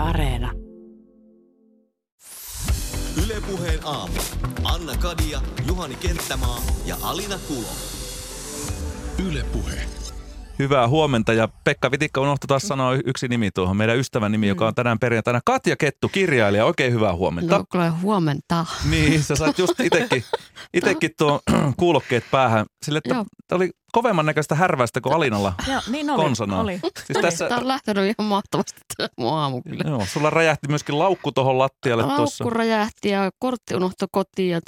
Areena. Yle Puheen aamu. Anna Kadia, Juhani Kenttämaa ja Alina Kulo. Yle Puhe. Hyvää huomenta, ja Pekka Vitikka unohtui taas sanoa yksi nimi tuohon. Meidän ystävän nimi, joka on tänään perjantaina Katja Kettu, kirjailija. Oikein hyvää huomenta. No, kyllä huomenta. Niin, sä sait just itekin tuon kuulokkeet päähän. Sille, että oli kovemman näköistä härväistä kuin Alinalla. Joo, niin oli. Konsana. Oli. Siis tässä, Tämä on lähtenyt ihan mahtavasti mun aamu kyllä. joo, sulla räjähti myöskin laukku tuohon lattialle tuossa. Laukku räjähti ja kortti unohtui kotiin ja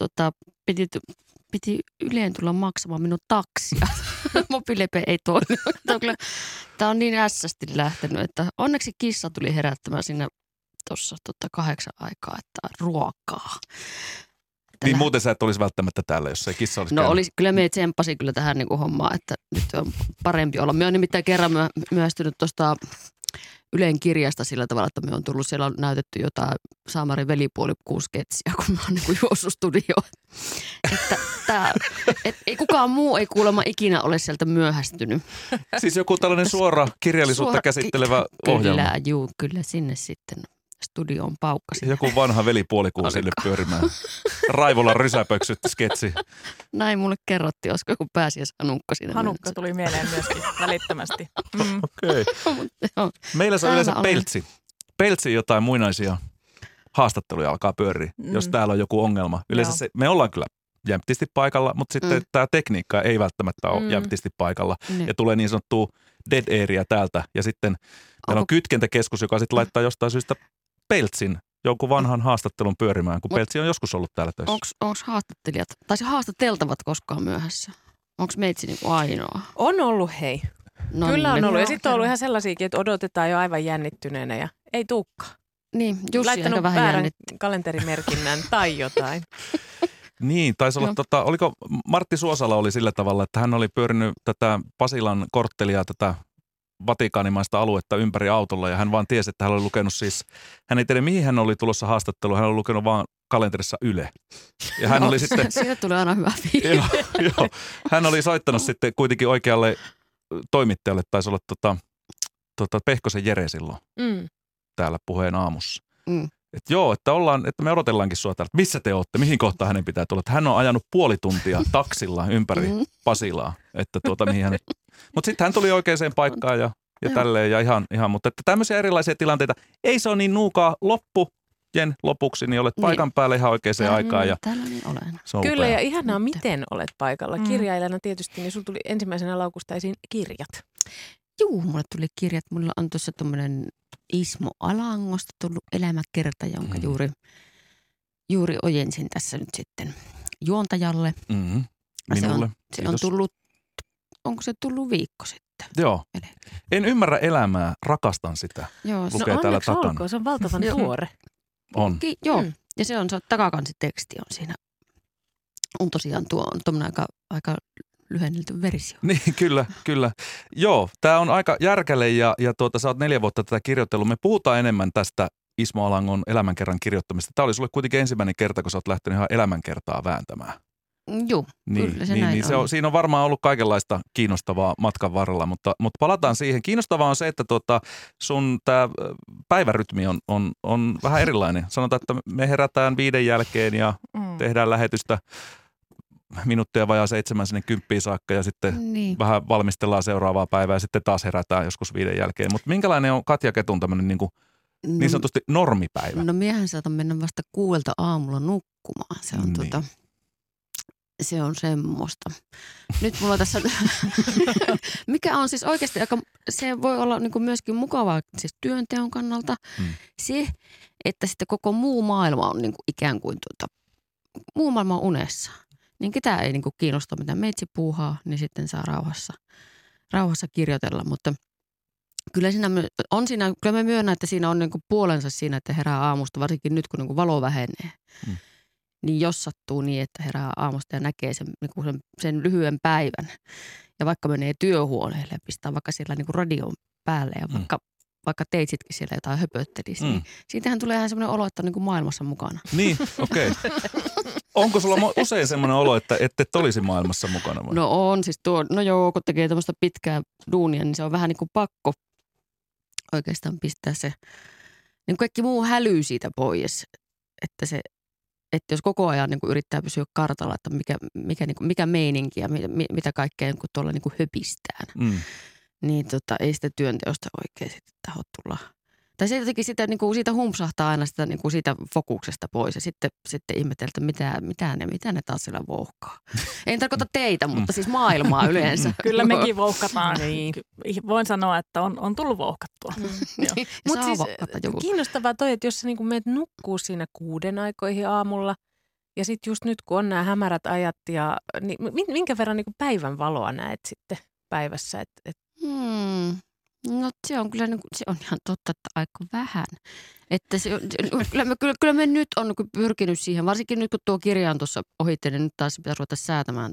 piti Yleen tulla maksamaan minun taksia. Mobiilepe ei toiminut. Tämä on niin ässästi lähtenyt, että onneksi kissa tuli herättämään sinne tuossa 8 aikaa, että ruokaa. Niin muuten sä et olisi välttämättä täällä, jos ei kissa olisi No kyllä me tsemppasi kyllä tähän niin kuin hommaan, että nyt on parempi olla. Me on nimittäin kerran myöstynyt tuosta Ylen kirjasta sillä tavalla, että me on tullut, siellä on näytetty jotain Saamarin velipuolikuusketsiä, kun mä oon niin kuin juossut studioon. Että ei kukaan muu ei kuulemma ikinä ole sieltä myöhästynyt. Siis joku tällainen suora kirjallisuutta käsittelevä ohjelma. Kyllä sinne sitten studioon paukkasi. Joku vanha velipuolikuu sille pyörimään. Raivolan rysäpöksytti sketsi. Näin mulle kerrottiin, olisiko joku pääsiäishanukka siinä. Hanukka tuli mieleen myöskin välittömästi. Okei. Meillä se on yleensä peltsi jotain muinaisia haastatteluja alkaa pyöriä, jos täällä on joku ongelma. Yleensä me ollaan kyllä jämptisti paikalla, mutta sitten tämä tekniikka ei välttämättä ole jämptisti paikalla. Ja tulee niin sanottua dead area täältä. Ja sitten meillä on kytkentäkeskus, joka sitten laittaa jostain syystä peltsin jonkun vanhan haastattelun pyörimään, kun peltsi on joskus ollut täällä töissä. Onko haastattelijat, tai se haastateltavat koskaan myöhässä? Onko meitsi niin kuin ainoa? On ollut, hei. No, kyllä on ollut. Ja sitten on ollut ihan sellaisiakin, että odotetaan jo aivan jännittyneenä ja ei tulekaan. Niin, Jussi laittanut aika vähän väärän kalenterimerkinnän tai jotain. Niin, taisi olla, oliko Martti Suosala oli sillä tavalla, että hän oli pyörinyt tätä Pasilan korttelia, tätä Vatikaanimaista aluetta ympäri autolla, ja hän vaan tiesi, että hän oli lukenut siis, hän ei tiedä mihin hän oli tulossa haastatteluun, hän oli lukenut vaan kalenterissa Yle. Ja hän oli sitten... Siitä tulee aina hyvä fiilis. Joo, hän oli soittanut sitten kuitenkin oikealle toimittajalle, taisi olla Pehkosen Jere silloin täällä Puheen aamussa. Että me odotellaankin sua täällä, missä te olette, mihin kohtaan hänen pitää tulla. Että hän on ajanut puoli tuntia taksilla ympäri Pasilaa, että mihin hän... Mutta sitten hän tuli oikeaan paikkaan ja tälleen ja ihan, mutta että tämmöisiä erilaisia tilanteita. Ei se ole niin nuukaa lopuksi, niin olet paikan päällä ihan oikeaan aikaan. Ja tällainen olen. Kyllä, ja ihanaa, miten olet paikalla. Kirjailijana tietysti, niin sulla tuli ensimmäisenä laukusta esiin kirjat. Juu, mulle tuli kirjat. Mulla on tuossa tommonen Ismo Alangosta tullut elämäkerta, jonka juuri ojensin tässä nyt sitten juontajalle. Minulle. Se on tullut, onko se tullut viikko sitten? Joo. En ymmärrä elämää, rakastan sitä. Joo. Lukee täällä takana. Olkoon, se on valtavan tuore. On. Joo, ja se on takakansiteksti on siinä. On tosiaan tuo on tuommoinen aika lyhennelty versio. Niin, kyllä. Joo, tämä on aika järkälle ja sä oot 4 vuotta tätä kirjoitellut. Me puhutaan enemmän tästä Ismo Alangon elämänkerran kirjoittamista. Tämä oli sulle kuitenkin ensimmäinen kerta, kun sä oot lähtenyt ihan elämänkertaa vääntämään. Joo, kyllä se näin on. Siinä on varmaan ollut kaikenlaista kiinnostavaa matkan varrella, mutta palataan siihen. Kiinnostavaa on se, että sun tämä päivärytmi on vähän erilainen. Sanotaan, että me herätään 5 jälkeen ja tehdään lähetystä minuuttia vajaa 7 sinne 10 saakka ja sitten vähän valmistellaan seuraavaa päivää ja sitten taas herätään joskus 5 jälkeen. Mutta minkälainen on Katja Ketun tämmöinen niin sanotusti normipäivä? No miehän saatan mennä vasta 6 aamulla nukkumaan. Se on se on semmoista. Nyt mulla tässä, mikä on siis oikeasti aika, se voi olla niin kuin myöskin mukavaa siis työnteon kannalta. Se, että sitten koko muu maailma on niin kuin ikään kuin muu maailma on unessa. Niin ketään ei niin kuin kiinnosta, mitä meitsi puuhaa, niin sitten saa rauhassa kirjoitella. Mutta kyllä kyllä mä myönnän, että siinä on niin kuin puolensa siinä, että herää aamusta, varsinkin nyt kun niin kuin valo vähenee. Niin jos sattuu niin, että herää aamusta ja näkee sen lyhyen päivän ja vaikka menee työhuoneelle ja pistää vaikka siellä niin kuin radion päälle ja vaikka teitsitkin siellä jotain höpöttelisi, niin siitähän tulee ihan semmoinen olo, että on niin kuin maailmassa mukana. Niin, okei. Onko sulla usein semmoinen olo, että et olisi maailmassa mukana vai? No on, siis kun tekee tämmöistä pitkää duunia, niin se on vähän niin kuin pakko oikeastaan pistää se niin kaikki muu hälyy siitä pois. Että jos koko ajan niin kuin yrittää pysyä kartalla, että mikä meininki ja mitä kaikkea niin kuin tuolla niin kuin höpistään, niin ei sitä työnteosta oikein sitten taho tulla. Tai se jotenkin sitä, niin kuin siitä humpsahtaa aina sitä, niin kuin siitä fokuksesta pois ja sitten ihmetellä, mitä ne taas siellä vouhkaa. En tarkoita teitä, mutta siis maailmaa yleensä. Kyllä mekin vouhkataan. Niin. Voin sanoa, että on tullut vouhkattua. Mutta siis kiinnostavaa toi, että jos sä niin menet nukkuu siinä 6 aikoihin aamulla ja sitten just nyt kun on nämä hämärät ajat ja niin minkä verran niin päivän valoa näet sitten päivässä? No se on kyllä se on ihan totta, että aika vähän. Että kyllä me nyt on pyrkinyt siihen, varsinkin nyt kun tuo kirja on tuossa ohitte, niin nyt taas pitäisi ruveta säätämään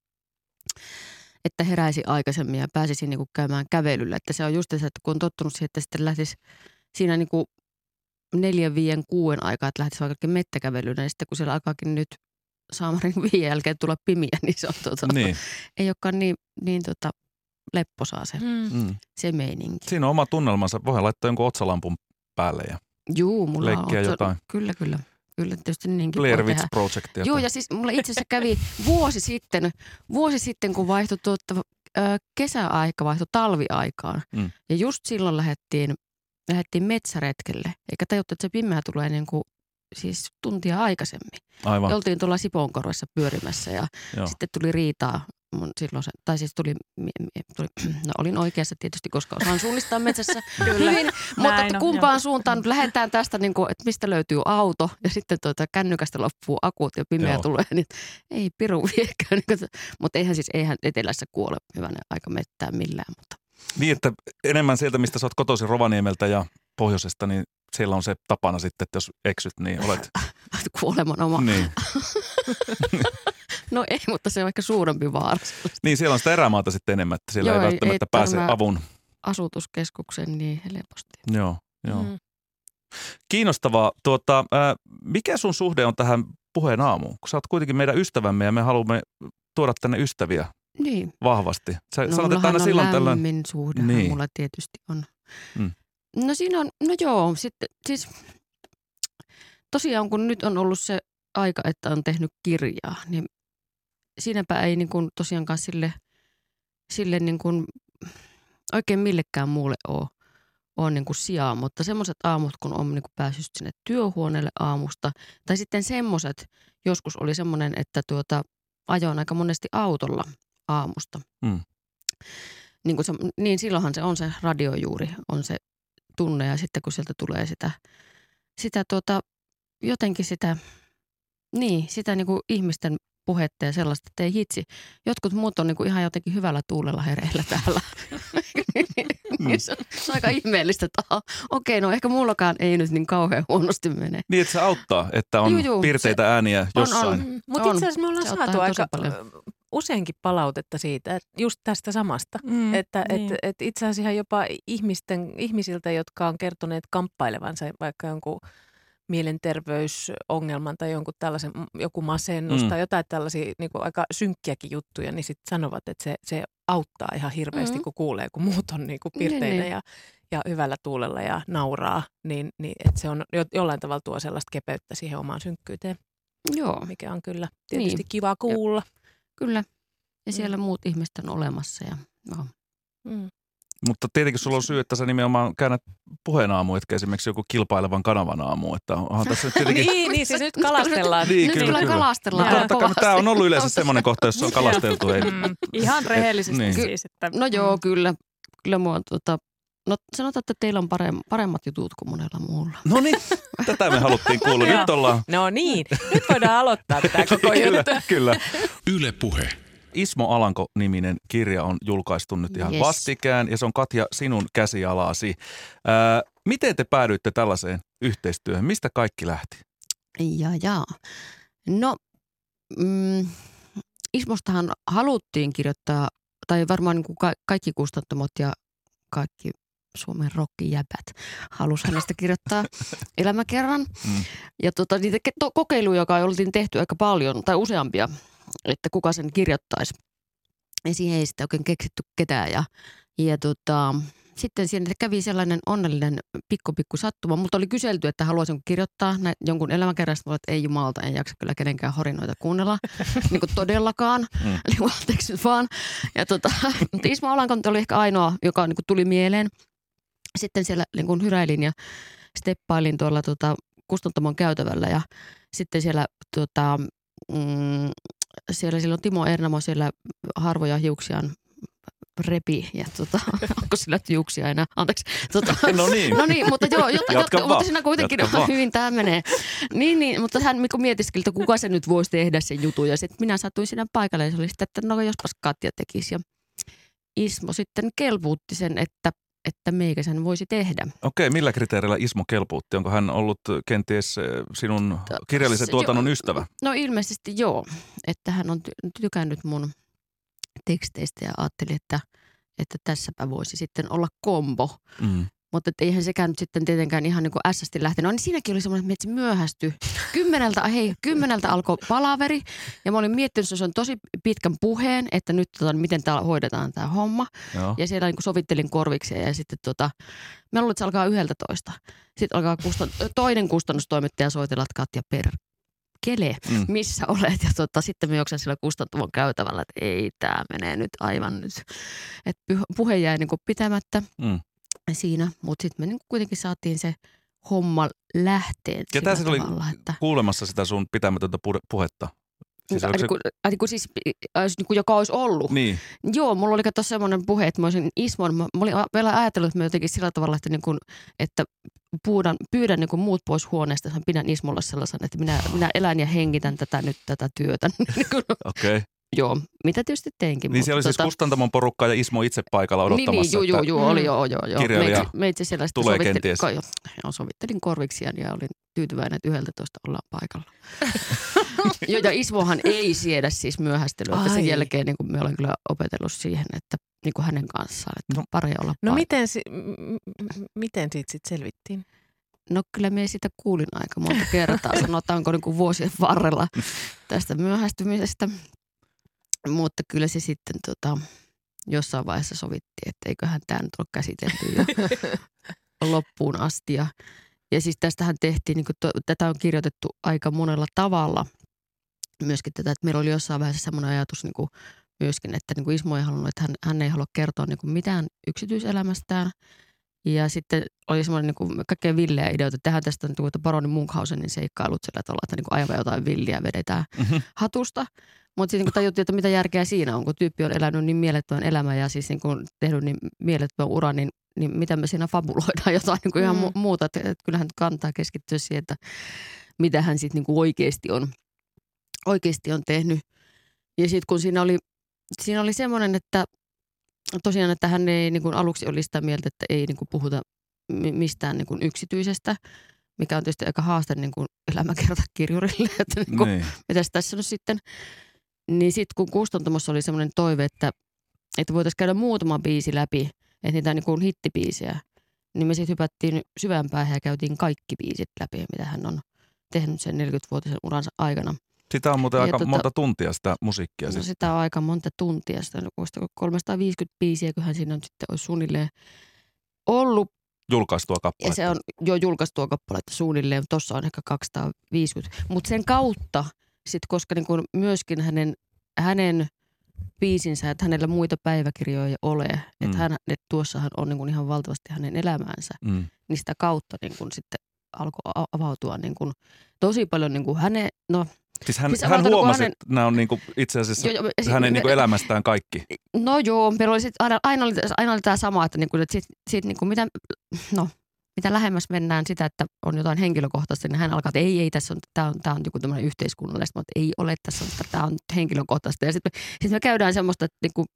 että heräisi aikaisemmin ja pääsisi niin kuin käymään kävelyllä. Että se on just se, että kun on tottunut siihen, että sitten lähtisi siinä niin kuin 4, 5, 6 aikaa, että lähtisi vaikka mettäkävelyllä, niin sitten kun siellä alkaakin nyt saamarin 5 jälkeen tulla pimiä, niin se on niin. Ei olekaan niin lepposaa se meininki. Siinä on oma tunnelmansa. Voidaan laittaa jonkun otsalampun päälle ja mulla leikkiä jotain. Kyllä, tietysti niinkin Blair Witch Projectia. Joo, ja siis mulla itse asiassa kävi vuosi sitten, kun vaihtui kesäaika, vaihtui talviaikaan. Ja just silloin lähdettiin metsäretkelle. Eikä tajuttu, että se pimeä tulee niin kuin, siis tuntia aikaisemmin. Aivan. Ja oltiin tuolla Sipoonkorvessa pyörimässä ja sitten tuli riitaa. No olin oikeassa tietysti, koska osaan suunnistaa metsässä hyvin, mutta että kumpaan suuntaan nyt lähdetään tästä, niin kuin, että mistä löytyy auto ja sitten kännykästä loppuu akut ja pimeä tulee, niin ei piru viekään. Mutta eihän etelässä kuole hyvänen aika mettää millään. Mutta. Niin, että enemmän sieltä, mistä sä oot kotoisin Rovaniemeltä ja pohjoisesta, niin siellä on se tapana sitten, että jos eksyt, niin olet kuoleman oma. Niin. No ei, mutta se on ehkä suurempi vaara. Niin, siellä on sitä erämaata sitten enemmän, että siellä ei välttämättä pääse avun. Asutuskeskuksen niin helposti. Joo. Kiinnostavaa. Mikä sun suhde on tähän Puheen aamuun? Kun sä oot kuitenkin meidän ystävämme ja me haluamme tuoda tänne ystäviä vahvasti. Sä sanot, että aina silloin tällöin. Lämmin suhdehan mulla tietysti on. No siinä on, sitten siis tosiaan kun nyt on ollut se aika, että on tehnyt kirjaa, niin siinäpä ei niin kuin tosiaankaan sille niin kuin oikein millekään muulle ole niin kuin sijaa, mutta semmoiset aamut, kun on niin kuin päässyt sinne työhuoneelle aamusta, tai sitten semmoiset, joskus oli semmoinen, että ajoin aika monesti autolla aamusta. Niin silloinhan se on se radiojuuri, on se tunne ja sitten kun sieltä tulee sitä jotenkin sitä niin kuin ihmisten puhetta ja sellaista, että ei hitsi. Jotkut muut on niin kuin ihan jotenkin hyvällä tuulella hereillä täällä. Se on aika ihmeellistä, että no ehkä mullakaan ei nyt niin kauhean huonosti mene. Niin, että se auttaa, että on pirteitä ääniä jossain. Mutta itse asiassa me ollaan saatu aika useinkin palautetta siitä, että just tästä samasta. Että itse asiassa jopa ihmisiltä, jotka on kertoneet kamppailevansa vaikka jonkun mielenterveysongelman tai joku masennus tai jotain tällaisia niin kuin aika synkkiäkin juttuja, niin sitten sanovat, että se auttaa ihan hirveästi, kun kuulee, kun muut on niin kuin pirteinä ja hyvällä tuulella ja nauraa, niin että se on jollain tavalla tuo sellaista kepeyttä siihen omaan synkkyyteen. Joo. Mikä on kyllä tietysti kiva kuulla. Kyllä. Ja siellä muut ihmiset on olemassa. Mutta tietenkin sulla on syy, että sä nimenomaan käännät Puheen aamu, etkä esimerkiksi joku kilpailevan kanavan aamu. Että onhan tässä tietenkin niin, siis nyt kalastellaan. Niin, kyllä kalastellaan. Tämä on ollut yleensä semmoinen kohta, jossa on kalasteltu. Ihan rehellisesti siis. Että. No joo, kyllä mua sanotaan, että teillä on paremmat jutut kuin monella muulla. No niin, tätä me haluttiin kuulla. Nyt ollaan. No niin, nyt voidaan aloittaa tämä koko juttu. Kyllä. Yle Puhe. Ismo Alanko-niminen kirja on julkaistu nyt ihan vastikään ja se on Katja sinun käsialasi. Miten te päädyitte tällaiseen yhteistyöhön? Mistä kaikki lähti? No, Ismostahan haluttiin kirjoittaa, tai varmaan niin kuin kaikki kustantamot ja kaikki Suomen rockijäpät halusi hänestä kirjoittaa elämäkerran. Ja niitä kokeiluja, joka oltiin tehty aika paljon, tai useampia, että kuka sen kirjoittaisi. Ja siihen ei sitä oikein keksitty ketään. Ja sitten siinä kävi sellainen onnellinen pikku sattuma. Multa oli kyselty, että haluaisin kirjoittaa jonkun elämäkerrasta, että ei jumalta, en jaksa kyllä kenenkään horinoita kuunnella. Niin kuin todellakaan. Eli anteeksi nyt vaan. Ja mutta Ismo Alankontti oli ehkä ainoa, joka niin kuin tuli mieleen. Sitten siellä niin kuin hyräilin ja steppailin tuolla kustantamon käytävällä ja sitten siellä siellä silloin Timo Ernamo siellä harvoja hiuksiaan repi ja onko sillä hiuksia enää? Anteeksi. No niin, mutta joo, mutta siinä kuitenkin hyvin tämä menee. Niin, mutta hän mietiskeli, että kuka se nyt voisi tehdä sen jutun ja sitten minä satuin siinä paikalle ja se oli sitten, että no jospas Katja tekisi ja Ismo sitten kelpuutti sen, että meikä sen voisi tehdä. Okei, millä kriteerillä Ismo kelpuutti? Onko hän ollut kenties sinun kirjallisen tuotannon ystävä? No ilmeisesti joo, että hän on tykännyt mun teksteistä ja ajatteli, että tässäpä voisi sitten olla kombo. Mutta eihän sekään nyt sitten tietenkään ihan niin kuin ässästi lähtenyt. No niin siinäkin oli semmoinen, että metsi myöhästyi. 10 alkoi palaveri ja mä olin miettinyt, että se on tosi pitkän puheen, että nyt miten täällä hoidetaan tämä homma. Joo. Ja siellä niin kuin sovittelin korviksia ja sitten mä luulen, että se alkaa 11. Sitten alkaa toinen kustannustoimittaja soitella, että Katja perkele, missä olet? Ja sitten me juoksen sillä kustantamon käytävällä, että ei tämä menee nyt aivan nyt. Että puhe jäi niin kuin pitämättä. Siinä, mutta sitten me niin kuitenkin saatiin se homma lähteen. Ketä se oli kuulemassa sitä sun pitämätöntä puhetta? Siis joka olisi ollut. Niin. Joo, mulla oli tuossa semmoinen puhe, että mä olisin Ismon, mä olin vielä ajatellut, että mä jotenkin sillä tavalla, että, niin kuin, että pyydän niin kuin muut pois huoneesta, että pidän Ismolla sellaisen, että minä elän ja hengitän tätä työtä. Okei. Joo, mitä tietysti teinkin. Niin siellä oli siis kustantamon porukkaa ja Ismo itse paikalla odottamassa. Niin, oli joo. Kirjailija tulee kenties. Sovittelin korviksia ja olin tyytyväinen, että 11 ollaan paikalla. Joo, ja Ismohan ei siedä siis myöhästelyä. Että sen jälkeen niin kuin me olen kyllä opetellut siihen, että niin kuin hänen kanssaan, että parempi olla paikalla. Miten siitä sitten selvittiin? No kyllä me sitä kuulin aika monta kertaa, sanotaanko niin kuin vuosien varrella tästä myöhästymisestä. Mutta kyllä se sitten jossain vaiheessa sovittiin, että eiköhän tämä nyt ole käsitelty jo loppuun asti. Ja siis tästähän tehtiin, niin kuin tätä on kirjoitettu aika monella tavalla myöskin tätä, että meillä oli jossain vaiheessa semmoinen ajatus niin kuin myöskin, että niin kuin Ismo ei halunnut, että hän ei halua kertoa niin kuin mitään yksityiselämästään. Ja sitten oli semmoinen niin kuin kaikkein villeä ideoita, että tehdään tästä niin Baroni Munchhausenin seikkailut sillä tavalla, että niin kuin aivan jotain villiä vedetään hatusta. Mutta sitten niin tajuttiin, että mitä järkeä siinä on, kun tyyppi on elänyt niin mielettömän elämän ja siis niin kuin tehnyt niin mielettömän uran, niin mitä me siinä fabuloidaan jotain niin kuin ihan muuta. Että kyllähän kantaa keskittyä siihen, että mitä hän sitten niin kuin oikeasti on tehnyt. Ja sitten kun siinä oli semmoinen, että tosiaan, että hän ei niin kuin aluksi oli sitä mieltä, että ei niin kuin puhuta mistään niin kuin yksityisestä, mikä on tietysti aika haaste niin kuin elämäkertakirjurille, että niin kuin, mitäs tässä nyt sitten. Niin sitten kun kustantamossa oli semmoinen toive, että voitaisiin käydä muutama biisi läpi, että niitä niin kuin hittibiisejä, niin me sitten hypättiin syvään päähän ja käytiin kaikki biisit läpi, mitä hän on tehnyt sen 40-vuotisen uransa aikana. Sitä on muuten aika monta tuntia sitä musiikkia. No sitä on aika monta tuntia. Sitä on 350 biisiä, kyllähän siinä on sitten olisi suunnilleen ollut. Julkaistua kappaletta. Ja se on jo julkaistua kappaletta suunnilleen. Tuossa on ehkä 250. Mutta sen kautta, sit, koska niin kun myöskin hänen biisinsä, että hänellä muita päiväkirjoja ei ole. Että tuossahan on niin kun ihan valtavasti hänen elämäänsä. Niin sitä kautta niin kun sitten alkoi avautua niin kun tosi paljon niin kun hänen. Siis hän huomasi, että nämä on niinku itse asiassa hänen niinku elämästään kaikki. No joo, meillä oli aina oli tämä sama, että niinku, mitä lähemmäs mennään sitä, että on jotain henkilökohtaista, niin hän alkaa, että ei, tämä on joku tämmöinen yhteiskunnallista, mutta ei ole, tämä on henkilökohtaista. Ja sitten me käydään semmoista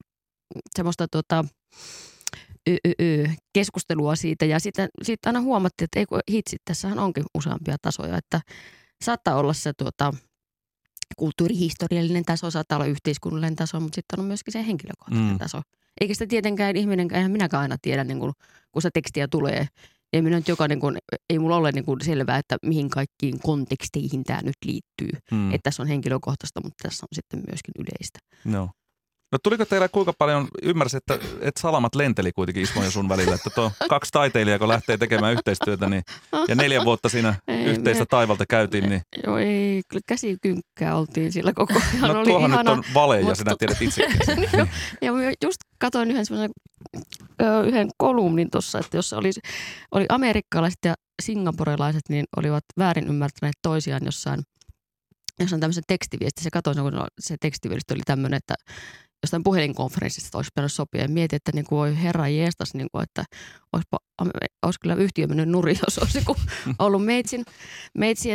keskustelua siitä ja sitten aina huomattiin, että ei hitsi, tässähän onkin useampia tasoja, että saattaa olla se kulttuurihistoriallinen taso, saattaa olla yhteiskunnallinen taso, mutta sitten on myöskin se henkilökohtainen taso. Eikä sitä tietenkään ihminenkään, eihän minäkään aina tiedä, niin kun se tekstiä tulee. Ei minä nyt ei mulla ole niin kuin selvää, että mihin kaikkiin konteksteihin tämä nyt liittyy. Että tässä on henkilökohtaista, mutta tässä on sitten myöskin yleistä. No. No tuliko teillä kuinka paljon, ymmärsin, että salamat lenteli kuitenkin Ismon ja sun välillä, että tuo 2 taiteilijaa, kun lähtee tekemään yhteistyötä, niin, ja 4 vuotta siinä yhteistä taivalta käytiin, niin... Joo, ei, kyllä käsikynkkää oltiin sillä koko ajan. No tuohan ihana, nyt on vale, ja sinä tiedät itsekin. Ja just katsoin yhden kolumnin tuossa, että jossa oli amerikkalaiset ja singaporelaiset, niin olivat väärin ymmärtäneet toisiaan jossain tämmöisen tekstiviestissä. Katsoin, kun se tekstiviesti oli tämmöinen, että jostain puhelinkonferenssista olisi pitänyt sopia. Ja mietin, että niin kuin voi herra jeestas, niin kuin, että olisi kyllä yhtiö mennyt nurin, jos olisi ollut meitsien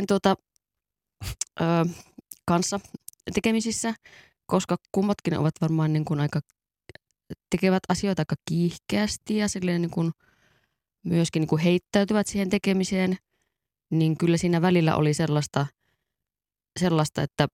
kanssa tekemisissä, koska kummatkin ovat varmaan niin kuin tekevät asioita aika kiihkeästi ja silleen niin kuin myöskin niin kuin heittäytyvät siihen tekemiseen, niin kyllä siinä välillä oli sellaista että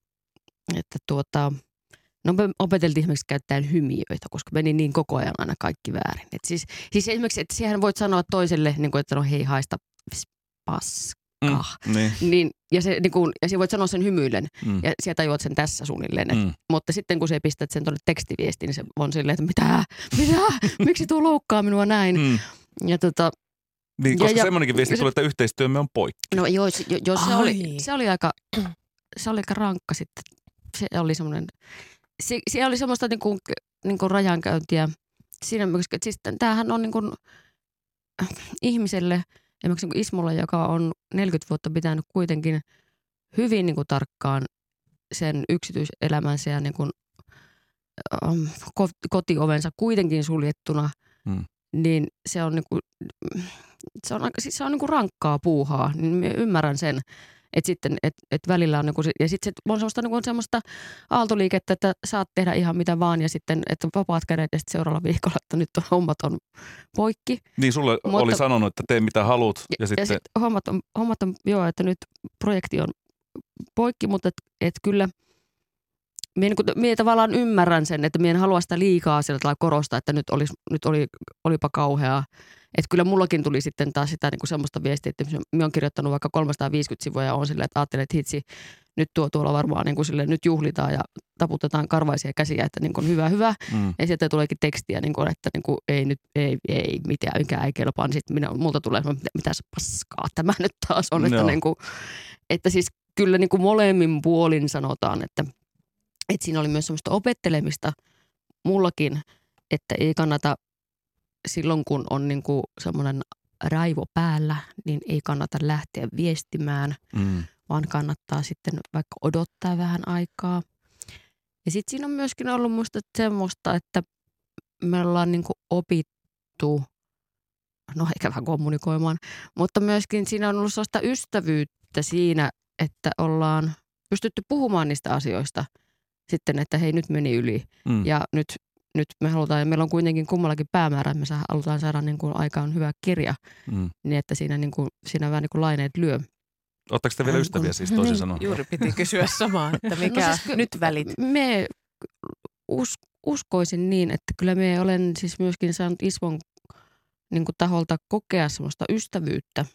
no me opeteltiin esimerkiksi käyttämään hymiöitä, koska meni niin koko ajan aina kaikki väärin. Et siis esimerkiksi, että siihen voit sanoa toiselle, niin kuin, että no hei haista paska. Niin, ja siinä voit sanoa sen hymyillen ja sieltä tajuat sen tässä suunnilleen. Mutta sitten kun sä pistät sen tuonne tekstiviestiin, niin se on silleen, että mitä? Miksi tuo loukkaa minua näin? Ja niin, koska semmoinenkin viesti tuli, että yhteistyömme on poikki. No joo, se oli aika rankka sitten. Se oli semmoinen, se oli semmoista niinku rajankäyntiä. Siinä myöskin, siis tämähän on niinku ihmiselle, esimerkiksi niinku Ismolla, joka on 40 vuotta pitänyt kuitenkin hyvin niinku tarkkaan sen yksityiselämänsä ja niinku, kotiovensa kuitenkin suljettuna, niin se on niinku, se on niinku rankkaa puuhaa, niin ymmärrän sen. Että sitten, että välillä on, ja sitten on semmoista aaltoliikettä, että saat tehdä ihan mitä vaan ja sitten, että vapaat kädet ja sitten seuraavalla viikolla, että nyt hommat on poikki. Niin sulle oli sanonut, että tee mitä haluat. Ja sitten hommat on, joo, että nyt projekti on poikki, mutta et kyllä minä tavallaan ymmärrän sen, että minä en halua sitä liikaa sillä tavalla korostaa, että olipa kauheaa. Että kyllä mullakin tuli sitten taas sitä niin kuin semmoista viestiä, että minä olen kirjoittanut vaikka 350 sivua ja on silleen, että ajattelen, että hitsi, nyt tuolla varmaan niin kuin silleen, nyt juhlitaan ja taputetaan karvaisia käsiä, että niin kuin hyvä. Ja sieltä tuleekin tekstiä, niin kuin, että niin kuin, ei mitään, mikä ei kelpaa. Niin sitten multa tulee, mitä paskaa tämä nyt taas on. Että, niin kuin, että siis kyllä niin kuin molemmin puolin sanotaan, että siinä oli myös semmoista opettelemista mullakin, että ei kannata silloin, kun on niinku semmoinen raivo päällä, niin ei kannata lähteä viestimään, vaan kannattaa sitten vaikka odottaa vähän aikaa. Ja sitten siinä on myöskin ollut musta semmoista, että me ollaan niinku opittu, no eikä vähän kommunikoimaan, mutta myöskin siinä on ollut sellaista ystävyyttä siinä, että ollaan pystytty puhumaan niistä asioista sitten, että hei nyt meni yli ja nyt me halutaan, ja meillä on kuitenkin kummallakin päämäärä, että me halutaan saada niin kuin aikaan hyvä kirja, niin että siinä vähän niin kuin laineet lyö. Oletteko te vielä ystäviä siis toisin sanoen? Juuri piti kysyä samaa, että mikä no siis, nyt välit? Me uskoisin niin, että kyllä me olen siis myöskin saanut Ismon niin kuin taholta kokea semmoista ystävyyttä,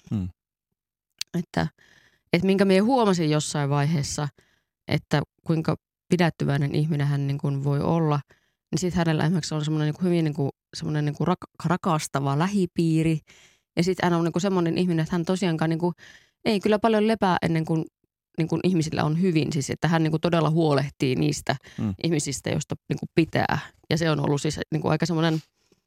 että minkä me huomasin jossain vaiheessa, että kuinka pidättyväinen ihminen hän niin kuin voi olla. Niin sitten hänellä esimerkiksi on semmoinen niin hyvin semmoinen rakastava lähipiiri. Ja sitten hän on niin semmoinen ihminen, että hän tosiaankaan niin ei kyllä paljon lepää ennen kuin, ihmisillä on hyvin. Siis että hän niin todella huolehtii niistä ihmisistä, joista niin pitää. Ja se on ollut siis niin aika semmoinen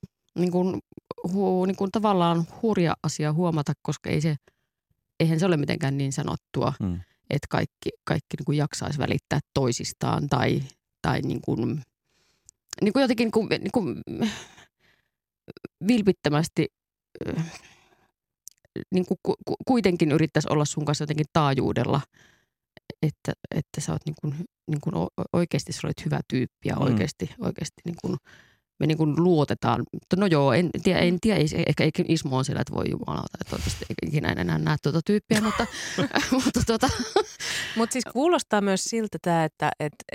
tavallaan hurja asia huomata, koska eihän se ole mitenkään niin sanottua, että kaikki niin jaksaisi välittää toisistaan tai niin kuin jotenkin niin kuin vilpittömästi niin kuin kuitenkin yrittäisi olla sun kanssa jotenkin taajuudella, että sä oot niin kuin oikeasti sä olet hyvä tyyppi ja oikeasti niin kuin me niin kuin luotetaan. Mutta no joo, en tiedä, ehkä Ismo on siellä, että voi jumalauta, että toivottavasti ikinä enää näe tuota tyyppiä, mutta Mutta siis kuulostaa myös siltä tämä, että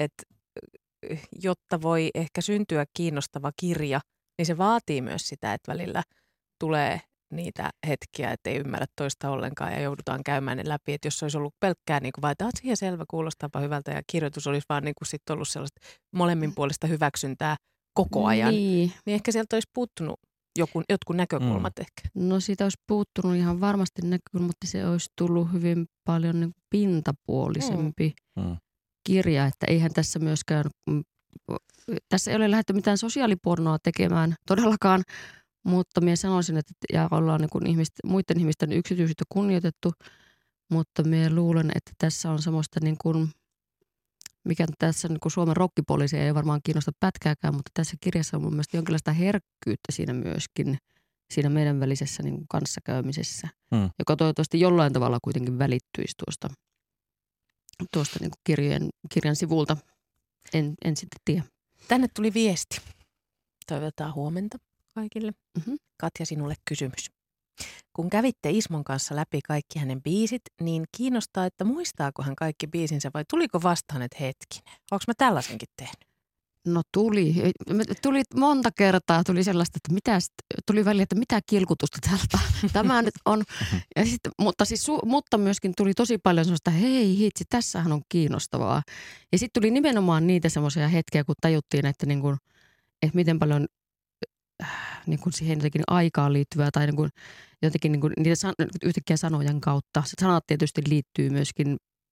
jotta voi ehkä syntyä kiinnostava kirja, niin se vaatii myös sitä, että välillä tulee niitä hetkiä, että ei ymmärrä toista ollenkaan ja joudutaan käymään ne läpi. Että jos olisi ollut pelkkää niin kuin vaan, että siihen selvä, kuulostaapa hyvältä ja kirjoitus olisi vaan niin kuin sit ollut sellaista molemminpuolista hyväksyntää koko ajan, niin ehkä sieltä olisi puuttunut jotkut näkökulmat ehkä. No siitä olisi puuttunut ihan varmasti näkökulmat, mutta se olisi tullut hyvin paljon niin kuin pintapuolisempi kirja, että eihän tässä myöskään, tässä ei ole lähdetty mitään sosiaalipornoa tekemään todellakaan, mutta minä sanoisin, että ja ollaan niin kuin muiden ihmisten yksityisyyttä kunnioitettu, mutta minä luulen, että tässä on semmoista niin kuin, mikä tässä niin kuin Suomen rokkipoliisia ei varmaan kiinnosta pätkääkään, mutta tässä kirjassa on mun mielestä jonkinlaista herkkyyttä siinä myöskin, siinä meidän välisessä niin kuin kanssakäymisessä, joka toivottavasti jollain tavalla kuitenkin välittyisi tuosta niin kuin kirjan sivulta. En sitten tiedä. Tänne tuli viesti. Toivotaan huomenta kaikille. Katja, sinulle kysymys. Kun kävitte Ismon kanssa läpi kaikki hänen biisit, niin kiinnostaa, että muistaako hän kaikki biisinsä vai tuliko vastaan, että hetkinen? Onko mä tällaisenkin tehnyt? No tuli monta kertaa, tuli sellaista, että tuli väliin, että mitä kilkutusta täältä tämä nyt on. Ja sitten, mutta myöskin tuli tosi paljon sellaista, hei hitsi, tässähän on kiinnostavaa. Ja sitten tuli nimenomaan niitä semmoisia hetkiä, kun tajuttiin, että, niin kuin, että miten paljon niin kuin siihen jotenkin aikaan liittyvää tai niin kuin, jotenkin niin kuin, niitä yhtäkkiä sanojen kautta. Sanat tietysti liittyy myöskin,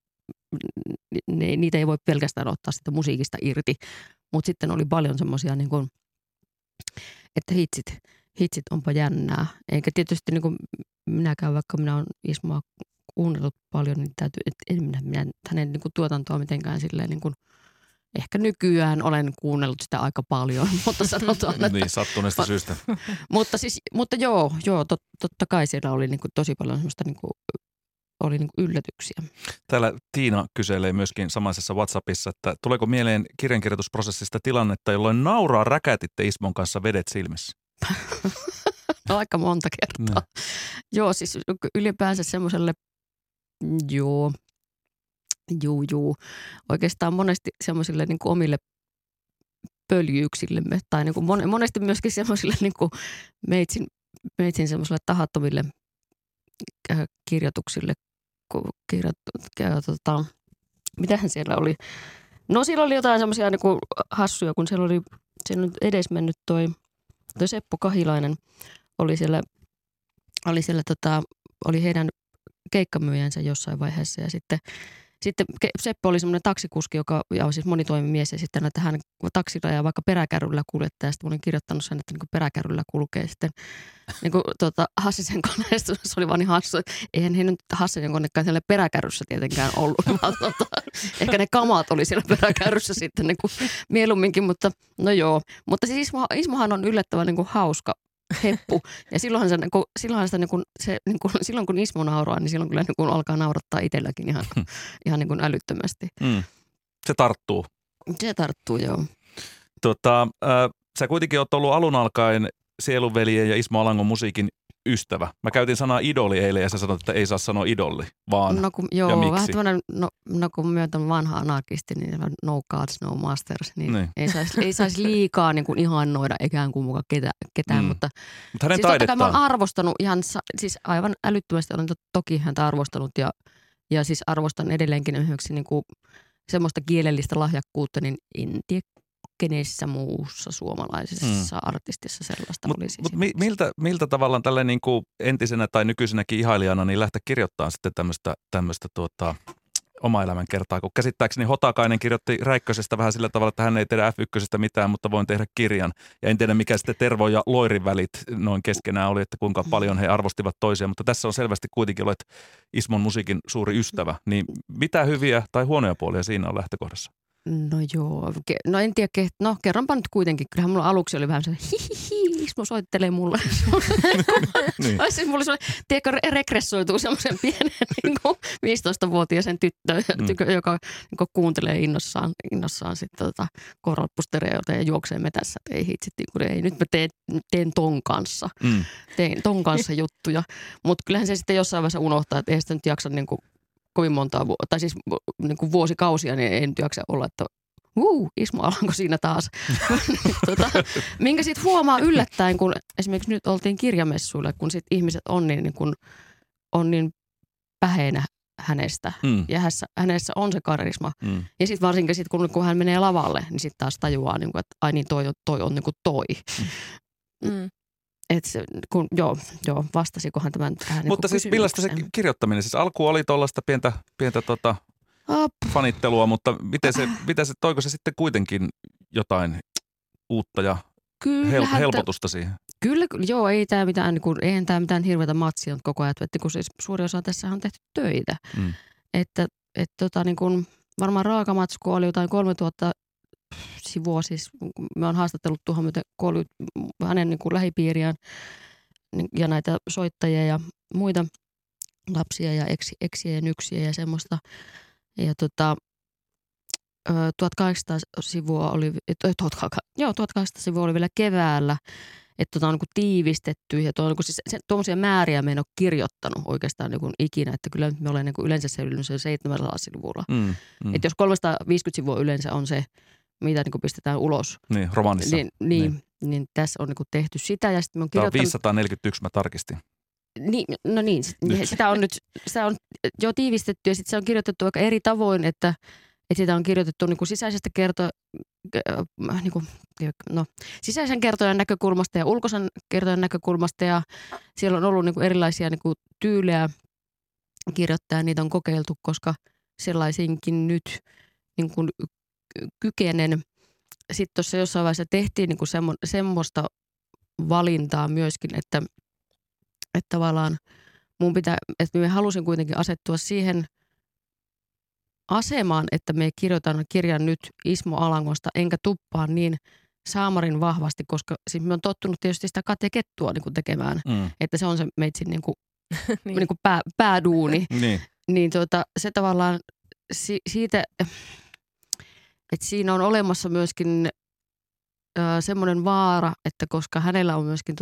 niitä ei voi pelkästään ottaa sitä musiikista irti. Mutta sitten oli paljon semmoisia, niin kuin, että hitsit onpa jännää. Eikä tietysti niin kuin minäkään, vaikka minä olen Ismoa kuunnellut paljon, niin täytyy, että en minä hänen niin kuin tuotantoa mitenkään silleen niin kuin, ehkä nykyään olen kuunnellut sitä aika paljon, mutta sanotaan, että niin, sattuneesta syystä. mutta joo, totta kai siellä oli niin kuin tosi paljon semmoista niin kuin, oli niin kuin yllätyksiä. Täällä Tiina kyselee myöskin samaisessa WhatsAppissa, että tuleeko mieleen kirjankirjoitusprosessista tilannetta, jolloin nauraa räkätitte Ismon kanssa vedet silmissä? No, aika monta kertaa. Joo, siis ylipäänsä semmoiselle, joo. Oikeastaan monesti semmoisille niin kuin omille pöljyyksillemme tai niin kuin monesti myöskin semmoisille niin kuin meitsin semmoisille tahattomille kirjoituksille. Mitähän siellä oli? No siellä oli jotain semmoisia niin kuin hassuja, kun siellä oli edesmennyt toi Seppo Kahilainen oli siellä oli heidän keikkamyyjänsä jossain vaiheessa ja sitten Seppo oli semmoinen taksikuski, joka on siis monitoimimies ja sitten että hän taksilla ja vaikka peräkärryllä kuljettaa ja sitten olin kirjoittanut sen, että niin peräkärryllä kulkee sitten niin kuin Hassisen koneesta. Se oli vaan niin hassu, että eihän he nyt Hassisen konekaan siellä peräkärryssä tietenkään ollut, vaan ehkä ne kamat oli siellä peräkärryssä sitten niin kuin mieluumminkin, mutta no joo. Mutta siis Ismohan on yllättävän niin kuin hauska heppu. Ja silloin kun Ismo nauraa, niin silloin kyllä niin kuin alkaa naurattaa itselläkin ihan niin kuin älyttömästi. Se tarttuu. Se tarttuu, joo. Sä kuitenkin oot ollut alun alkaen Sielunveljen ja Ismo Alangon musiikin ystävä. Mä käytin sanaa idoli eilen ja sä sanoit, että ei saa sanoa idolli, vaan joo, ja miksi? Vähän tämmöinen, kun myötän vanha anarkisti, niin no gods, no masters, niin ei saisi liikaa niin kuin ihannoida ikään kuin mukaan ketään, mutta hänen siis taidettaan. Totta kai mä oon arvostanut siis aivan älyttömästi, olen toki häntä arvostanut ja siis arvostan edelleenkin esimerkiksi niin kuin semmoista kielellistä lahjakkuutta, niin en tiedä kenessä muussa suomalaisessa artistissa sellaista olisi. Mutta miltä tavallaan tällä niin kuin entisenä tai nykyisenäkin ihailijana niin lähteä kirjoittamaan sitten tämmöistä oma elämän kertaa, kun käsittääkseni Hotakainen kirjoitti Räikkösestä vähän sillä tavalla, että hän ei tiedä F1:stä mitään, mutta voin tehdä kirjan. Ja en tiedä, mikä sitten Tervo ja Loirin välit noin keskenään oli, että kuinka paljon he arvostivat toisiaan, mutta tässä on selvästi kuitenkin olet Ismon musiikin suuri ystävä. Niin mitä hyviä tai huonoja puolia siinä on lähtökohdassa? No joo, no en tiedä, no kerronpa nyt kuitenkin. Kyllähän mulla aluksi oli vähän se, Ismo soittelee mulle. Niin. Siis mulla oli tiedätkö, regressoituu semmoisen pienen niin 15-vuotiaisen tyttöön, joka niin kuuntelee innossaan sitten korvapustereilta ja juoksee metässä. Että ei hitsit, ei nyt mä teen ton kanssa. Teen ton kanssa juttuja. Mutta kyllähän se sitten jossain vaiheessa unohtaa, että ei sitä nyt jaksa niin kuin kovin montaa tai siis niin kuin vuosikausia, niin ei nyt jaksa olla, että Ismo Alanko siinä taas. Minkä sitten huomaa yllättäen, kun esimerkiksi nyt oltiin kirjamessuilla, kun sit ihmiset on niin päheinä hänestä. Ja hänessä on se karisma. Ja sitten varsinkin sit, kun hän menee lavalle, niin sitten taas tajuaa, niin kuin, että ai niin toi on niin kuin toi. Vastasikohan tämän tähän mutta siis millaista se kirjoittaminen? Siis alkuun oli tuollaista pientä fanittelua, mutta miten se toiko se sitten kuitenkin jotain uutta ja helpotusta siihen? Kyllä, joo, eihän tämä mitään hirveätä matsia on koko ajan, että kun siis suuri osa tässä on tehty töitä. Että niin kuin, varmaan raakamatsku oli jotain 3000 sivua, siis mä oon haastatellut tuohon hänen niin kuin lähipiiriään ja näitä soittajia ja muita lapsia ja eksiä ja nyksiä ja semmoista. Ja 1800 sivua oli, 1800 sivua oli vielä keväällä, että on niin kuin tiivistetty ja tuommoisia määriä me en ole kirjoittanut oikeastaan niin kuin ikinä, että kyllä me olen niin kuin yleensä selvinnyt 700 sivulla. Että jos 350 sivua yleensä on se, mitä niin kuin pistetään ulos. Niin, romaanissa. Niin tässä on niin kuin tehty sitä ja sitten me on kirjoittanut. Tämä on 541, mä tarkistin. Sitä on jo tiivistetty ja sitten se on kirjoitettu aika eri tavoin, että sitä on kirjoitettu niin kuin sisäisestä sisäisen kertojan näkökulmasta ja ulkoisen kertojan näkökulmasta ja siellä on ollut niin kuin erilaisia niin kuin tyylejä kirjoittaa, niitä on kokeiltu, koska sellaisinkin nyt niin kuin kykenen. Sitten tuossa jossain vaiheessa tehtiin niin kuin semmoista valintaa myöskin, että tavallaan että me halusin kuitenkin asettua siihen asemaan, että me kirjoitan kirjan nyt Ismo Alangosta, enkä tuppaa niin saamarin vahvasti, koska siis me on tottunut tietysti sitä katekettua niin kuin tekemään, että se on se meitsin niin kuin, niin kuin pääduuni. Niin se tavallaan siitä, että siinä on olemassa myöskin semmoinen vaara, että koska hänellä on myöskin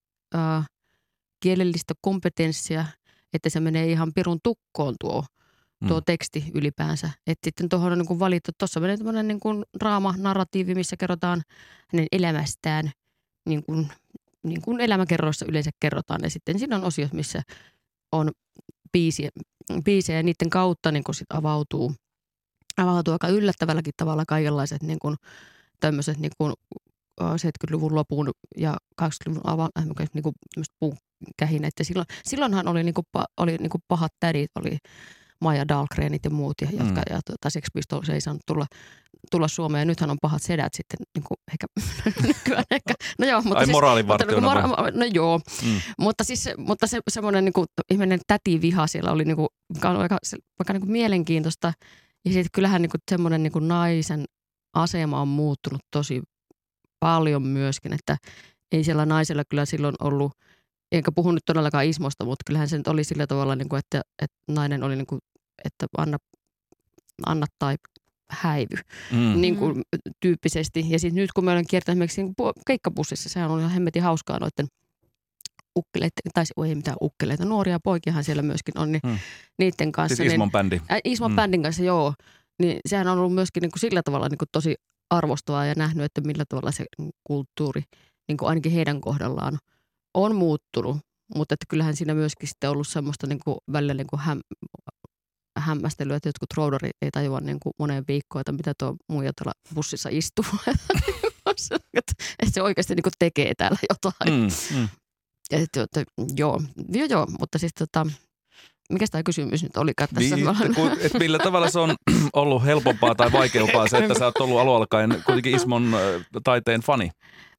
kielellistä kompetenssia, että se menee ihan pirun tukkoon tuo teksti ylipäänsä. Että sitten tuohon on niin kuin valittu, tuossa menee tämmöinen niin kuin draama-narratiivi, missä kerrotaan hänen elämästään, niin kuin elämäkerroissa yleensä kerrotaan. Ja sitten siinä on osiot, missä on biisejä ja niiden kautta niin kuin sit avautuu aika yllättävälläkin tavalla kaikenlaiset niin kuin tämmöiset niin kuin 70-luvun lopun ja 80-luvun niin kuin puukähinät. Ja silloinhan oli, niin kuin pahat tädit, oli Maja Dahlgrenit ja muut, jotka Sex Pistols ei saanut tulla Suomeen. Ja nythän on pahat sedät sitten niin kuin ehkä nykyään ehkä. No joo, mutta siis, moraalinvartijana no joo, mutta se semmoinen niin kuin ihminen tätiviha siellä oli niin kuin, vaikka niin kuin mielenkiintoista. Ja sitten kyllähän niin kuin semmoinen niin kuin naisen asema on muuttunut tosi paljon myöskin, että ei siellä naisella kyllä silloin ollut, enkä puhu nyt todellakaan Ismosta, mutta kyllähän se nyt oli sillä tavalla, niin kuin, että nainen oli niin kuin, että anna tai häivy niin kuin, tyyppisesti. Ja sitten nyt kun me olen kiertänyt esimerkiksi niin keikkabussissa, sehän on ihan hemmetin hauskaa noiden ukkeleita, tai ei mitään ukkeleita, nuoria poikiahan siellä myöskin on, niin niiden kanssa. Siis Ismon bändi. Ismon bändin kanssa, joo. Niin sehän on ollut myöskin niin kuin sillä tavalla niin kuin tosi arvostavaa ja nähnyt, että millä tavalla se kulttuuri niin kuin ainakin heidän kohdallaan on muuttunut. Mutta että kyllähän siinä myöskin sitten ollut semmoista niin kuin välillä niin kuin hämmästelyä, että jotkut roudarit ei tajua niin kuin moneen viikkoon, että mitä tuo muija tuolla bussissa istuu. Että se oikeasti niin kuin tekee täällä jotain. Joo, mutta siis mikäs tämä kysymys nyt olikaan tässä? Että millä tavalla se on ollut helpompaa tai vaikeampaa se, että sä oot ollut alun-alkaen kuitenkin Ismon taiteen fani?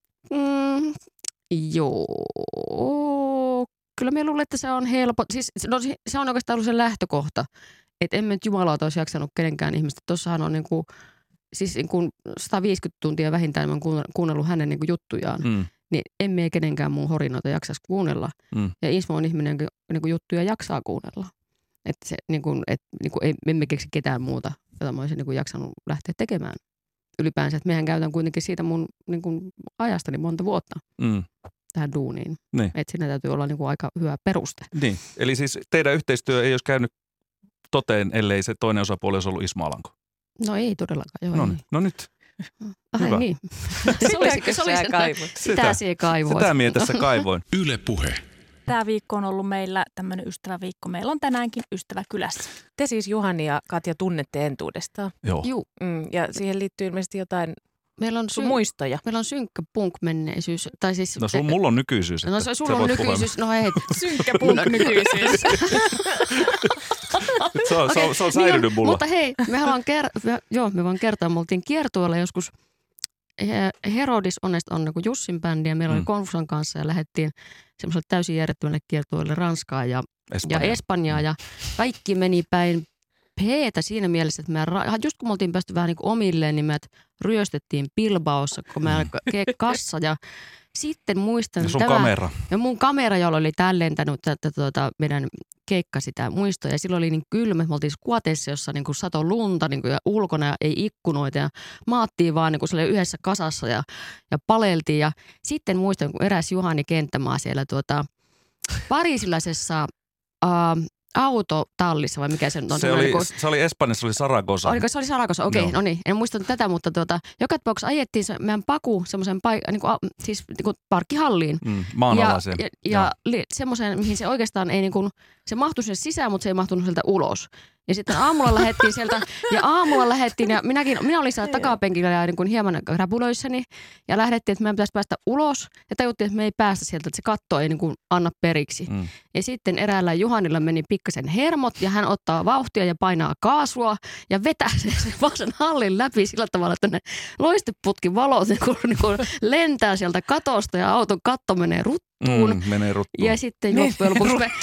Joo, kyllä minä luulen, että se on helppo. Siis, se on oikeastaan ollut se lähtökohta, että emme nyt jumalauta olisi jaksanut kenenkään ihmistä. Tuossahan on siis 150 tuntia vähintään mä oon kuunnellut hänen niin kuin juttujaan. Niin emme kenenkään muun horinoita jaksaisi kuunnella. Ja Ismo on ihminen, joka niin kuin juttuja jaksaa kuunnella. Että se, emme keksi ketään muuta, jota mä olisin niin kuin jaksanut lähteä tekemään ylipäänsä. Että mehän käytän kuitenkin siitä mun niin kuin ajastani monta vuotta tähän duuniin. Niin. Että siinä täytyy olla niin kuin aika hyvä peruste. Niin, eli siis teidän yhteistyö ei olisi käynyt toteen, ellei se toinen osapuoli olisi ollut Ismo Alanko. No ei todellakaan. Joo, No nyt. Ai niin. Se oli sitä siellä kaivoin. Sitä mie tässä kaivoin. Yle Puhe. Tämä viikko on ollut meillä tämmöinen ystäväviikko. Meillä on tänäänkin ystävä kylässä. Te siis Juhani ja Katja tunnette entuudestaan. Joo. Ja siihen liittyy ilmeisesti jotain muistoja. Meillä on synkkä punk-menneisyys. Tai siis, no mulla on nykyisyys. No sulla on nykyisyys. No hei. Synkkä punk-nykyisyys. Se on säilynyt mulla. Mutta hei, me voin kertoa. Me oltiin kiertueella joskus. Herodis Honest on niin Jussin bändi ja meillä oli Konfusan kanssa ja lähdettiin semmoiselle täysin järjettömälle kiertueelle Ranskaan ja Espanjaa ja kaikki meni päin peetä siinä mielessä, että just kun me oltiin päästy vähän niin kuin omilleen, niin me ryöstettiin Bilbaossa, kun meillä kassa ja sitten muistan... Ja sun kamera. Ja mun kamera, jolla oli täällä lentänyt meidän keikka sitä muistoja. Ja silloin oli niin kylmä, me oltiin kuoteissa, jossa niin kuin satoi lunta niin kuin ja ulkona ja ei ikkunoita. Ja maattiin vaan niin kuin yhdessä kasassa ja paleltiin. Ja sitten muistan, kun eräs Juhani Kenttämaa siellä pariisilaisessa... autotallissa vai mikä se on? Se oli Espanjassa, se oli Saragossa. Oliko se oli Saragossa? Okei, no niin. En muista tätä, mutta joka tapauksessa ajettiin meidän paku semmoisen siis parkkihalliin. Maanalaiseen. Ja semmoiseen, mihin se oikeastaan ei niin kuin, se mahtui sinne sisään, mutta se ei mahtunut sieltä ulos. Ja sitten aamulla lähdettiin sieltä, ja minä olin siellä takapenkillä ja niin kuin hieman räpulöissäni, ja lähdettiin, että meidän pitäisi päästä ulos, ja tajuttiin, että me ei päästä sieltä, että se katto ei niin kuin anna periksi. Ja sitten eräällä Juhanilla meni pikkasen hermot, ja hän ottaa vauhtia ja painaa kaasua, ja vetää sen vaan sen hallin läpi sillä tavalla, että ne loisteputkin valot niin kuin lentää sieltä katosta, ja auton katto menee ruttuun. Menee ruttuun. Ja sitten loppujen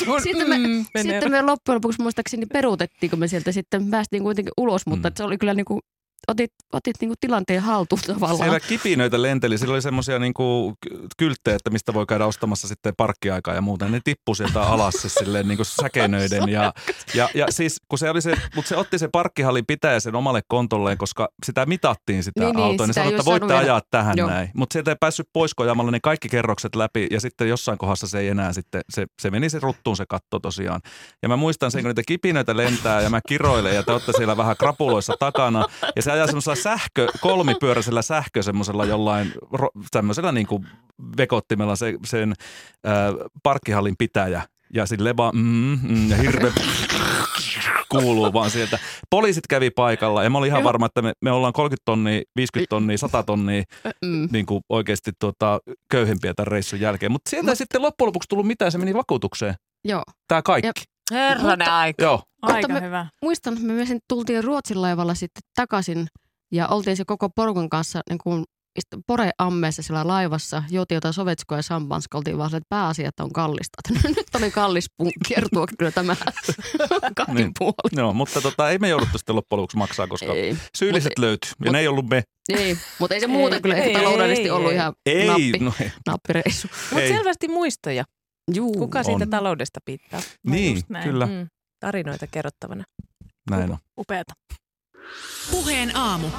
lopuksi muistaakseni peruutettiin, kun me sieltä sitten päästiin kuitenkin ulos, mutta se oli kyllä niin kuin, otit niin kuin tilanteen haltuun tavallaan. Siellä kipinöitä lenteli, siellä oli semmoisia niin kuin kylttejä, että mistä voi käydä ostamassa sitten parkkiaikaa ja muuta. Ne tippui sieltä alas silleen niin kuin säkenöiden ja siis kun se oli mutta se otti se parkkihallin pitäjä sen omalle kontolleen, koska sitä mitattiin sitä autoa. Niin sanoi, että voitte ajaa tähän näin. Mutta sieltä ei päässyt pois ajamalla ne kaikki kerrokset läpi ja sitten jossain kohdassa se ei enää sitten, se meni se ruttuun se katto tosiaan. Ja mä muistan sen, kun niitä kipinöitä lentää ja mä kiroilen ja te olette siellä vähän krapuloissa takana ja se ajaa semmoisella kolmipyöräisellä semmoisella jollain tämmöisellä niin kuin vekottimella sen parkkihallin pitäjä ja silleen vaan ja hirveä kuuluu vaan sieltä. Poliisit kävi paikalla ja mä olin ihan varma, että me ollaan 30 tonnia, 50 tonnia, 100 tonnia niin kuin oikeasti köyhempiä tämän reissun jälkeen. Mutta sieltä ei sitten loppujen lopuksi tullut mitään, se meni vakuutukseen. Joo. Tää kaikki. Herranen aika. Joo. Aika hyvä. Muistan, että me tultiin Ruotsin laivalla sitten takaisin ja oltiin se koko porukan kanssa niin kuin Pore-ammeessa siellä laivassa, juotiin jotain sovetskoa ja sampanska, oltiin vaan että pääasia, että on kallista. Nyt oli kallis kiertua kyllä tämä kahden puolin. Joo, mutta ei me jouduttu sitten loppujen lopuksi maksaa, koska syylliset löytyi ja ne ei ollut me. Ei, mutta ei se muuten kyllä ehkä taloudellisesti ollut ihan nappireissu. Mutta selvästi muistoja. Kuka siitä taloudesta pitää? Niin, kyllä. Tarinoita kerrottavana. Näin on. Upeata. Puheen aamu.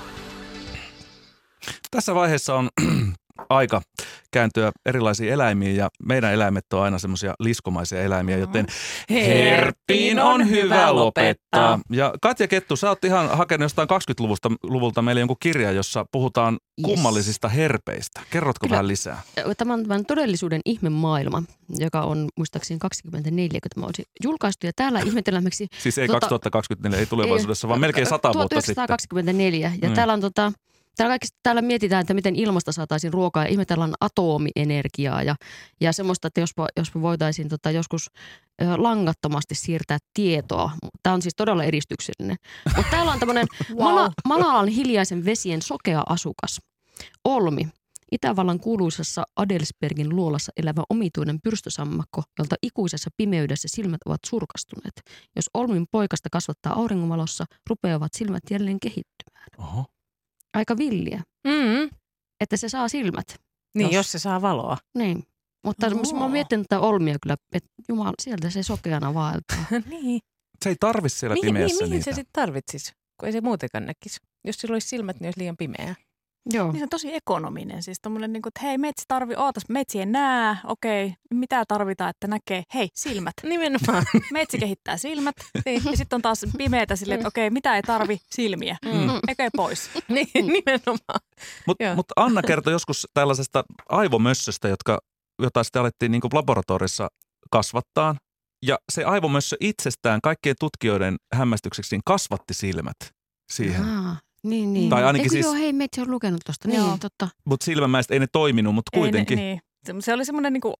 Tässä vaiheessa on aika kääntyä erilaisiin eläimiin ja meidän eläimet on aina semmoisia liskomaisia eläimiä, joten herppiin on hyvä lopettaa. Ja Katja Kettu, sä oot ihan hakenut jostain 20-luvulta meille jonkun kirja, jossa puhutaan kummallisista herpeistä. Kerrotko vähän lisää? Tämä on tämän todellisuuden ihmemaailma, joka on muistaakseni 24, kun tämä olisi julkaistu. Ja täällä ihmetellään miksi... Siis ei 2024, ei tulevaisuudessa, vaan melkein 100 vuotta sitten. 1924. Ja täällä on Täällä mietitään, että miten ilmasta saataisiin ruokaa ja ihmetellään atomienergiaa ja semmoista, että jos me voitaisiin joskus langattomasti siirtää tietoa. Tämä on siis todella edistyksellinen. Mutta täällä on tämmöinen Malalan hiljaisen vesien sokea asukas. Olmi. Itävallan kuuluisassa Adelsbergin luolassa elävä omituinen pyrstösammakko, jolta ikuisessa pimeydessä silmät ovat surkastuneet. Jos olmin poikasta kasvattaa auringonvalossa, rupeavat silmät jälleen kehittymään. Oho. Aika villiä, että se saa silmät. Niin, jos se saa valoa. Niin, mutta mä oon miettinyt tätä olmia kyllä, että jumala, sieltä se sokeana vaeltaa. Niin. Se ei tarvitse siellä pimeässä mihin niitä. Se sitten tarvitsisi, kun ei se muutenkaan näkisi. Jos sillä olisi silmät, niin olisi liian pimeää. Joo. Niin se on tosi ekonominen. Siis tommoinen, niin kuin, että hei, metsi ei näe, okei, mitä tarvitaan, että näkee? Hei, silmät. Nimenomaan. Metsi kehittää silmät ja sitten on taas pimeätä silleen, että okei, mitä ei tarvi? Silmiä. Eikä pois. Niin, nimenomaan. Mutta Anna kertoi joskus tällaisesta aivomössöstä, jota sitten alettiin niin kuin laboratoriossa kasvattaa. Ja se aivomössö itsestään kaikkien tutkijoiden hämmästykseksi kasvatti silmät siihen. Niin. Tai ainakin siis, joo, hei, Metsi on lukenut tuosta. Niin, totta. mutta silmämäistä ei ne toiminut, mutta kuitenkin. Niin. Se oli semmoinen niin kuin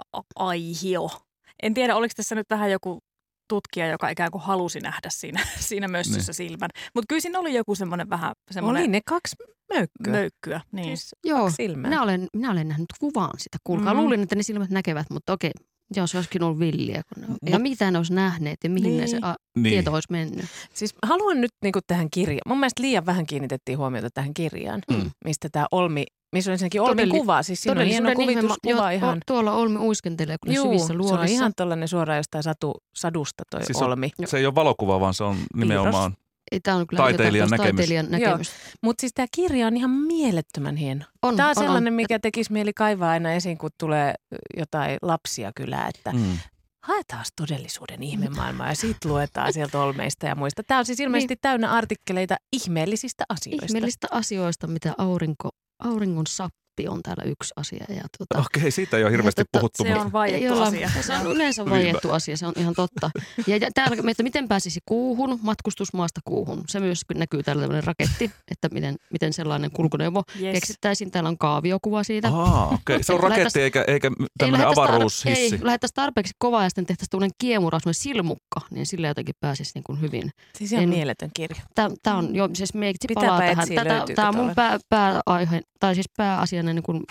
aihio. En tiedä, oliko tässä nyt vähän joku tutkija, joka ikään kuin halusi nähdä siinä mössössä silmän. Mutta kyllä siinä oli joku semmoinen vähän semmoinen... Oli ne 2 möykkyä. Niin. Siis Joo, silmää. minä olen nähnyt kuvan sitä. Kuulkaa, luulin, että ne silmät näkevät, mutta okei. Joo, se olisikin ollut villiä, kun ja mitä ne olisi nähneet ja mihin ne se tieto olisi mennyt. Siis haluan nyt niinku tähän kirjaan. Mun mielestä liian vähän kiinnitettiin huomiota tähän kirjaan, mistä tämä missä on ensinnäkin Olmin kuva. Siis siinä on hieno kuvituskuva ihan. Tuolla Olmi uiskentelee kyllä syvissä luovissa. Se on ihan tollainen suoraan jostain sadusta toi siis Olmi. Se ei ole valokuva, vaan se on nimenomaan tämä on kyllä taiteilijan näkemys. Mutta siis tämä kirja on ihan mielettömän hieno. Tämä on sellainen, mikä tekisi mieli kaivaa aina esiin, kun tulee jotain lapsia kylää, että haetaan todellisuuden ihmemaailmaa ja siitä luetaan sieltä Olmeista ja muista. Tämä on siis ilmeisesti täynnä artikkeleita ihmeellisistä asioista. Ihmeellisistä asioista, mitä auringon sappi on täällä yksi asia. Okei, siitä ei ole hirveästi puhuttu. Se on vaiettu asia. Se on yleensä vaiettu asia, se on ihan totta. Ja täällä, että miten pääsisi kuuhun, matkustusmaasta kuuhun. Se myös näkyy täällä tämmöinen raketti, että miten sellainen kulkuneuvo keksittäisiin. Täällä on kaaviokuva siitä. Okei. Se on raketti eikä tämmöinen avaruushissi. Ei, lähettäisiin tarpeeksi kovaa ja sitten tehtäisiin tämmöinen kiemura, semmoinen silmukka, niin sillä jotenkin pääsisi niin kuin hyvin. Siis se on mieletön kirja. Tämä on, joo, siis meiksi palaa tähän. Tämä on mun pääaihe, tai siis pääasiana niin kuin,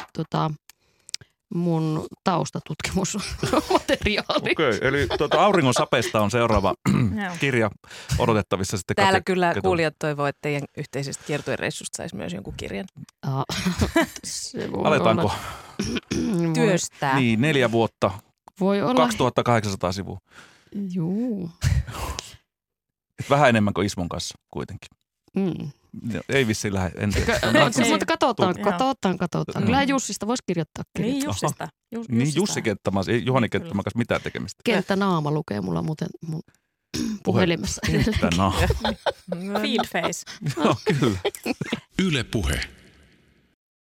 mun taustatutkimusmateriaali. Okei, eli Auringon sapeesta on seuraava kirja odotettavissa sitten. Täällä kyllä kuulijat toivoo, että teidän yhteisestä kiertuereissusta saisi myös jonkun kirjan. Aletaanko työstää? Niin, 4 vuotta. Voi olla. 2800 sivua. Juu. Vähän enemmän kuin Ismon kanssa kuitenkin. Ei vissiin lähde. Mutta katsotaan. Kyllä Jussista voisi kirjoittaa kirjat. Niin, Jussista. Niin, Jussi Kenttämäs, ei Juhani Kenttämän kanssa mitään tekemistä. Kenttänaama lukee mulla muuten mun puhelimessa. Kenttänaama. Feed face. Joo, kyllä. Yle Puhe.